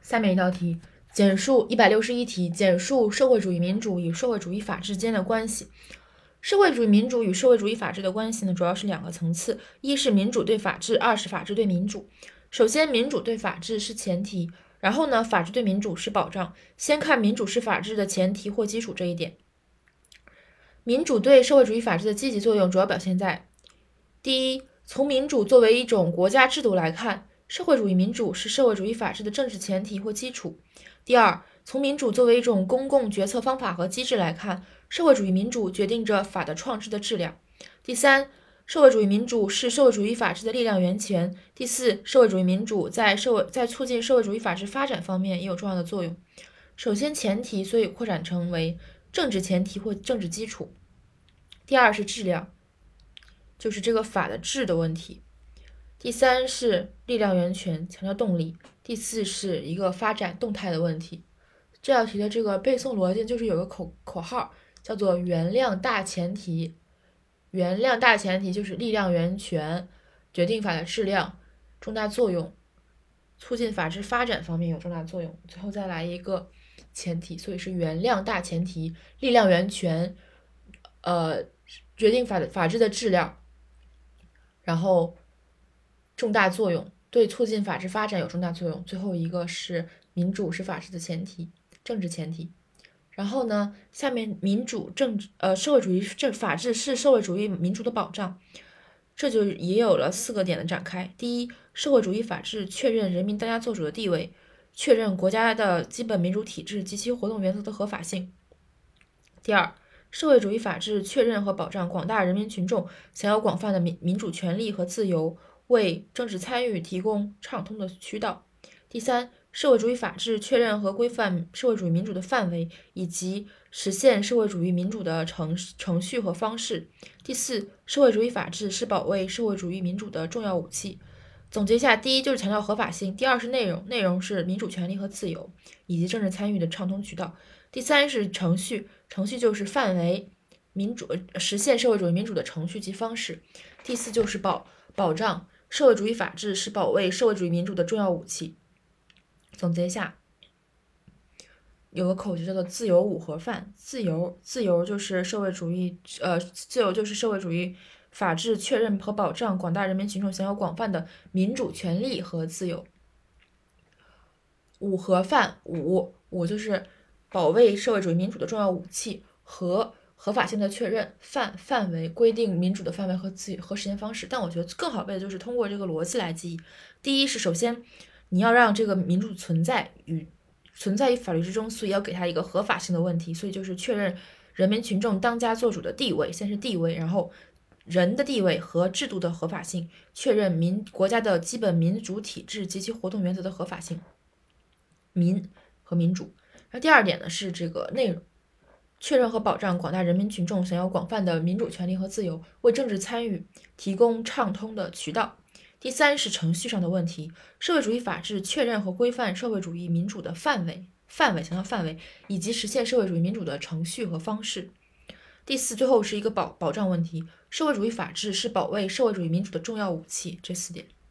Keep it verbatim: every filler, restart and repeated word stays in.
下面一道题，简述一百六十一题，简述社会主义民主与社会主义法治间的关系。社会主义民主与社会主义法治的关系呢，主要是两个层次，一是民主对法治，二是法治对民主。首先，民主对法治是前提，然后呢，法治对民主是保障。先看民主是法治的前提或基础这一点。民主对社会主义法治的积极作用主要表现在：第一，从民主作为一种国家制度来看，社会主义民主是社会主义法治的政治前提或基础。第二，从民主作为一种公共决策方法和机制来看，社会主义民主决定着法的创制的质量。第三，社会主义民主是社会主义法治的力量源泉。第四，社会主义民主在社会在促进社会主义法治发展方面也有重要的作用。首先，前提所以扩展成为政治前提或政治基础。第二是质量，就是这个法的质的问题。第三是力量源泉，强调动力。第四是一个发展动态的问题。这道题的这个背诵逻辑就是有个口口号，叫做原谅大前提。原谅大前提就是力量源泉，决定法的质量，重大作用，促进法治发展方面有重大作用。最后再来一个前提，所以是原谅大前提，力量源泉，呃，决定法的法治的质量，然后重大作用，对促进法治发展有重大作用。最后一个是民主是法治的前提，政治前提。然后呢，下面民主政治呃社会主义这法治是社会主义民主的保障，这就也有了四个点的展开。第一，社会主义法治确认人民当家作主的地位，确认国家的基本民主体制及其活动原则的合法性。第二，社会主义法治确认和保障广大人民群众享有广泛的民民主权利和自由，为政治参与提供畅通的渠道。第三，社会主义法治确认和规范社会主义民主的范围，以及实现社会主义民主的程程序和方式。第四，社会主义法治是保卫社会主义民主的重要武器。总结一下，第一就是强调合法性，第二是内容，内容是民主权利和自由，以及政治参与的畅通渠道。第三是程序，程序就是范围，民主实现社会主义民主的程序及方式。第四就是保保障，社会主义法治是保卫社会主义民主的重要武器。总结一下，有个口诀叫做自由五盒饭。自由，自由就是社会主义，呃，自由就是社会主义法治确认和保障广大人民群众享有广泛的民主权利和自由。五盒饭，五五就是保卫社会主义民主的重要武器，和合法性的确认，范范围规定民主的范围和自和实现方式。但我觉得更好背的就是通过这个逻辑来记忆。第一是首先你要让这个民主存在与存在于法律之中，所以要给它一个合法性的问题，所以就是确认人民群众当家作主的地位，先是地位，然后人的地位和制度的合法性，确认民国家的基本民主体制及其活动原则的合法性，民和民主。然后第二点呢是这个内容，确认和保障广大人民群众享有广泛的民主权利和自由，为政治参与提供畅通的渠道。第三是程序上的问题，社会主义法治确认和规范社会主义民主的范围，范围强调范围，以及实现社会主义民主的程序和方式。第四，最后是一个保保障问题，社会主义法治是保卫社会主义民主的重要武器。这四点。